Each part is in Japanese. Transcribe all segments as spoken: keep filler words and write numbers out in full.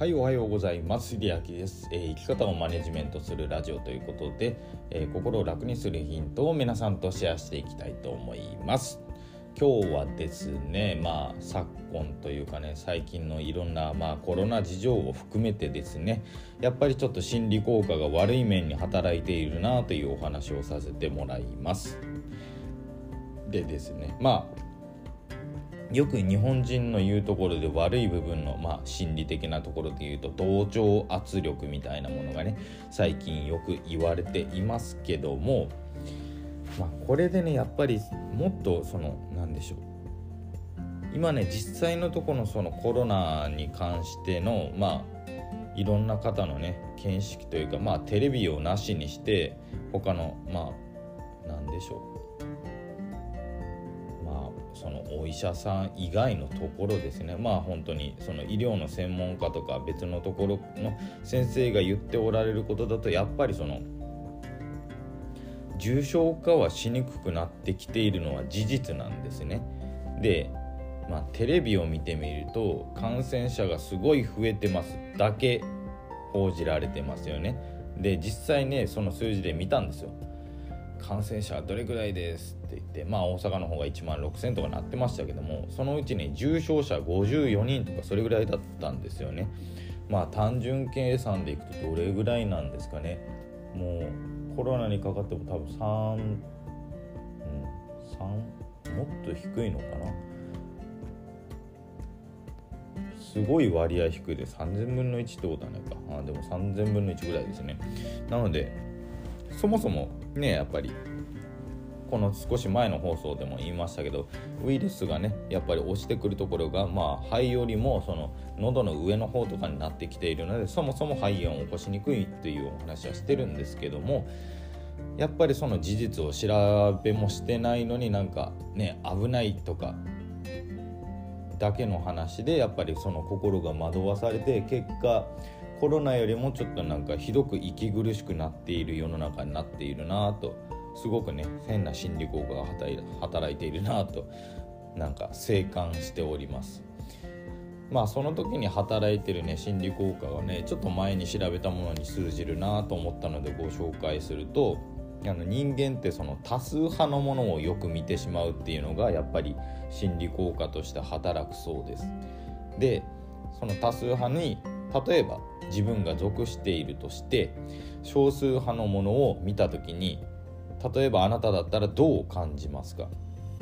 はい、おはようございます。秀明です、えー、生き方をマネジメントするラジオということで、えー、心を楽にするヒントを皆さんとシェアしていきたいと思います。今日はですね、まあ昨今というかね、最近のいろんな、まあ、コロナ事情を含めてですね、やっぱりちょっと心理効果が悪い面に働いているなというお話をさせてもらいます。でですね、まあよく日本人の言うところで悪い部分の、まあ、心理的なところで言うと同調圧力みたいなものがね、最近よく言われていますけども、まあ、これでねやっぱりもっとそのなんでしょう、今ね実際のところのそのコロナに関してのまあいろんな方のね見識というか、まあテレビをなしにして他のまあなんでしょうそのお医者さん以外のところですね、まあ本当にその医療の専門家とか別のところの先生が言っておられることだと、やっぱりその重症化はしにくくなってきているのは事実なんですね。で、まあテレビを見てみると感染者がすごい増えてますだけ報じられてますよね。で、実際ねその数字で見たんですよ。感染者はどれくらいですって言って、まあ大阪の方がいちまんろくせんとかなってましたけども、そのうちに重症者ごじゅうよにんとかそれぐらいだったんですよね。まあ単純計算でいくとどれぐらいなんですかね。もうコロナにかかっても多分さん、うん、さんもっと低いのかな、すごい割合低いでさんぜんぶんのいちってことはないか、あでもさんぜんぶんのいちぐらいですね。なのでそもそもね、やっぱりこの少し前の放送でも言いましたけど、ウイルスがねやっぱり落ちてくるところがまあ肺よりもその喉の上の方とかになってきているので、そもそも肺炎を起こしにくいというお話はしてるんですけども、やっぱりその事実を調べもしてないのになんかね危ないとかだけの話で、やっぱりその心が惑わされて、結果コロナよりもちょっとなんかひどく息苦しくなっている世の中になっているなと、すごくね変な心理効果が働いているなとなんか静観しております。まあその時に働いてるね心理効果がねちょっと前に調べたものに通じるなと思ったのでご紹介すると、あの人間ってその多数派のものをよく見てしまうっていうのがやっぱり心理効果として働くそうです。で、その多数派に例えば自分が属しているとして少数派のものを見たときに、例えばあなただったらどう感じますか、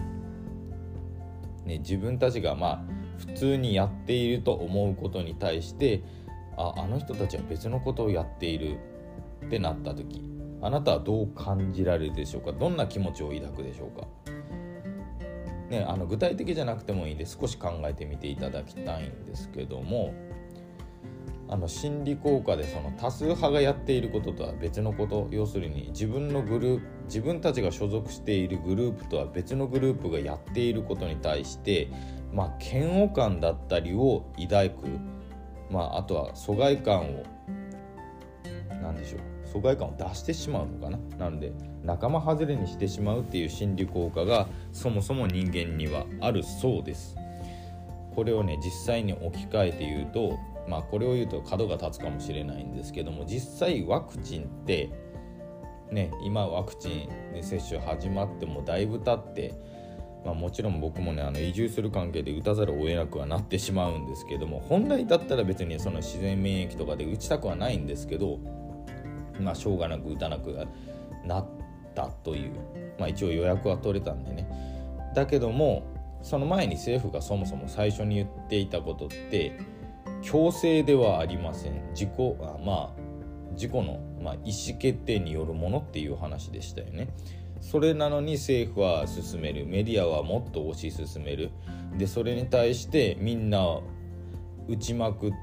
ね、自分たちがまあ普通にやっていると思うことに対して、あ、あの人たちは別のことをやっているってなったとき、あなたはどう感じられるでしょうか。どんな気持ちを抱くでしょうか、ね、あの具体的じゃなくてもいいんで少し考えてみていただきたいんですけども、あの心理効果でその多数派がやっていることとは別のこと、要するに自分のグループ自分たちが所属しているグループとは別のグループがやっていることに対して、まあ、嫌悪感だったりを抱く、まあ、あとは疎外感をなんでしょう疎外感を出してしまうのかな、なので仲間外れにしてしまうっていう心理効果がそもそも人間にはあるそうです。これをね実際に置き換えて言うと、まあこれを言うと角が立つかもしれないんですけども、実際ワクチンってね、今ワクチンで接種始まってもだいぶ経って、まあ、もちろん僕もねあの移住する関係で打たざるを得なくはなってしまうんですけども、本来だったら別にその自然免疫とかで打ちたくはないんですけど、まあしょうがなく打たなくなったという、まあ一応予約は取れたんでね。だけどもその前に政府がそもそも最初に言っていたことって強制ではありません、自己あまあ自己の、まあ、意思決定によるものっていう話でしたよね。それなのに政府は進める、メディアはもっと推し進める、でそれに対してみんな打ちまくって、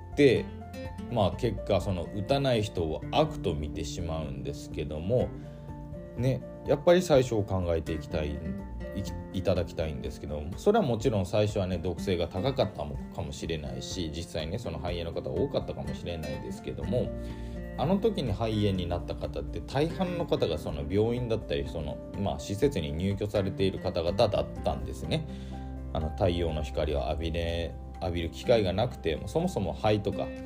まあ結果その打たない人を悪と見てしまうんですけどもね、やっぱり最初を考えていきたいいただきたいんですけども、それはもちろん最初はね毒性が高かったかもしれないし、実際ねその肺炎の方多かったかもしれないですけども、あの時に肺炎になった方って大半の方がその病院だったりその、まあ、施設に入居されている方々だったんですね。あの太陽の光を浴びれ浴びる機会がなくて、そもそも肺とか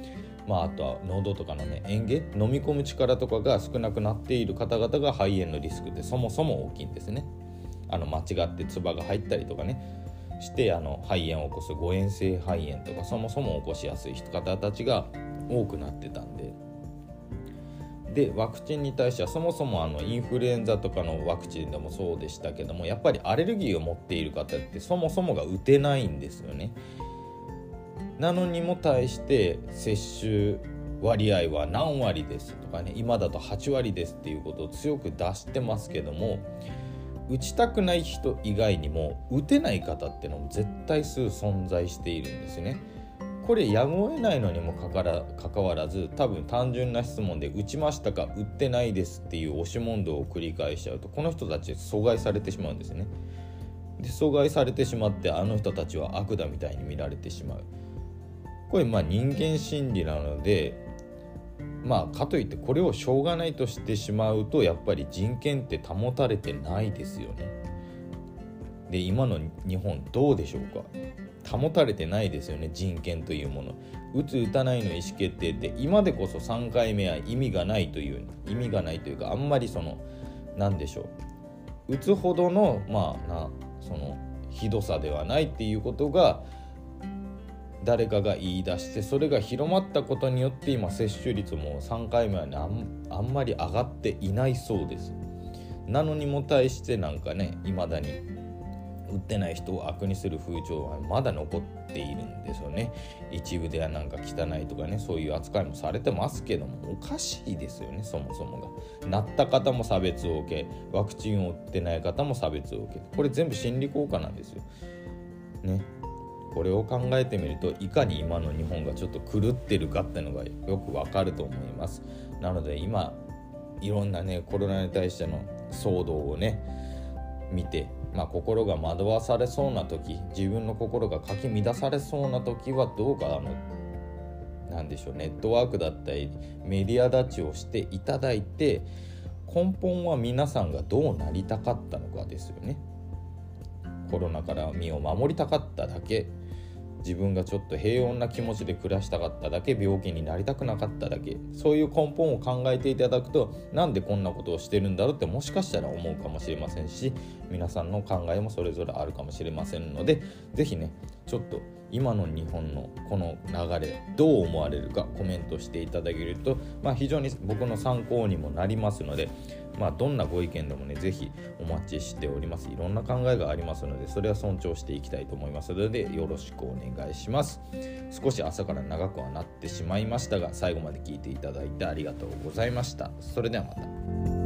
まあ、あとは喉とかのね嚥下飲み込む力とかが少なくなっている方々が肺炎のリスクってそもそも大きいんですね。あの間違って唾が入ったりとかねしてあの肺炎を起こす誤嚥性肺炎とかそもそも起こしやすい方たちが多くなってたんで、でワクチンに対してはそもそもあのインフルエンザとかのワクチンでもそうでしたけども、やっぱりアレルギーを持っている方ってそもそもが打てないんですよね。なのにも対して接種割合は何割ですとかね、今だとはち割ですっていうことを強く出してますけども、打ちたくない人以外にも打てない方ってのも絶対数存在しているんですね。これやむを得ないのにもかからかかわらず、多分単純な質問で打ちましたか打ってないですっていう押し問答を繰り返しちゃうと、この人たち阻害されてしまうんですね。で阻害されてしまって、あの人たちは悪だみたいに見られてしまう。これまあ人間心理なので、まあかといってこれをしょうがないとしてしまうと、やっぱり人権って保たれてないですよね。で今の日本どうでしょうか。保たれてないですよね、人権というもの。打つ打たないの意思決定って今でこそさんかいめは意味がないという意味がないというか、あんまりそのなんでしょう、打つほどのまあなそのひどさではないっていうことが誰かが言い出して、それが広まったことによって今接種率もさんかいめは、ね、あん、あんまり上がっていないそうです。なのにも対してなんかね、未だに打ってない人を悪にする風潮はまだ残っているんですよね。一部ではなんか汚いとかね、そういう扱いもされてますけども、おかしいですよね。そもそもがなった方も差別を受け、ワクチンを打ってない方も差別を受け、これ全部心理効果なんですよね。これを考えてみると、いかに今の日本がちょっと狂ってるかっていうのがよくわかると思います。なので今いろんなねコロナに対しての騒動をね見て、まあ、心が惑わされそうな時、自分の心がかき乱されそうな時はどうかあのなんでしょう、ネットワークだったりメディア立ちをしていただいて、根本は皆さんがどうなりたかったのかですよね。コロナから身を守りたかっただけ、自分がちょっと平穏な気持ちで暮らしたかっただけ、病気になりたくなかっただけ、そういう根本を考えていただくと、なんでこんなことをしてるんだろうってもしかしたら思うかもしれませんし、皆さんの考えもそれぞれあるかもしれませんので、ぜひねちょっと今の日本のこの流れどう思われるかコメントしていただけると、まあ、非常に僕の参考にもなりますので、まあ、どんなご意見でもねぜひお待ちしております。いろんな考えがありますので、それは尊重していきたいと思いますので、よろしくお願いします。少し朝から長くはなってしまいましたが、最後まで聞いていただいてありがとうございました。それではまた。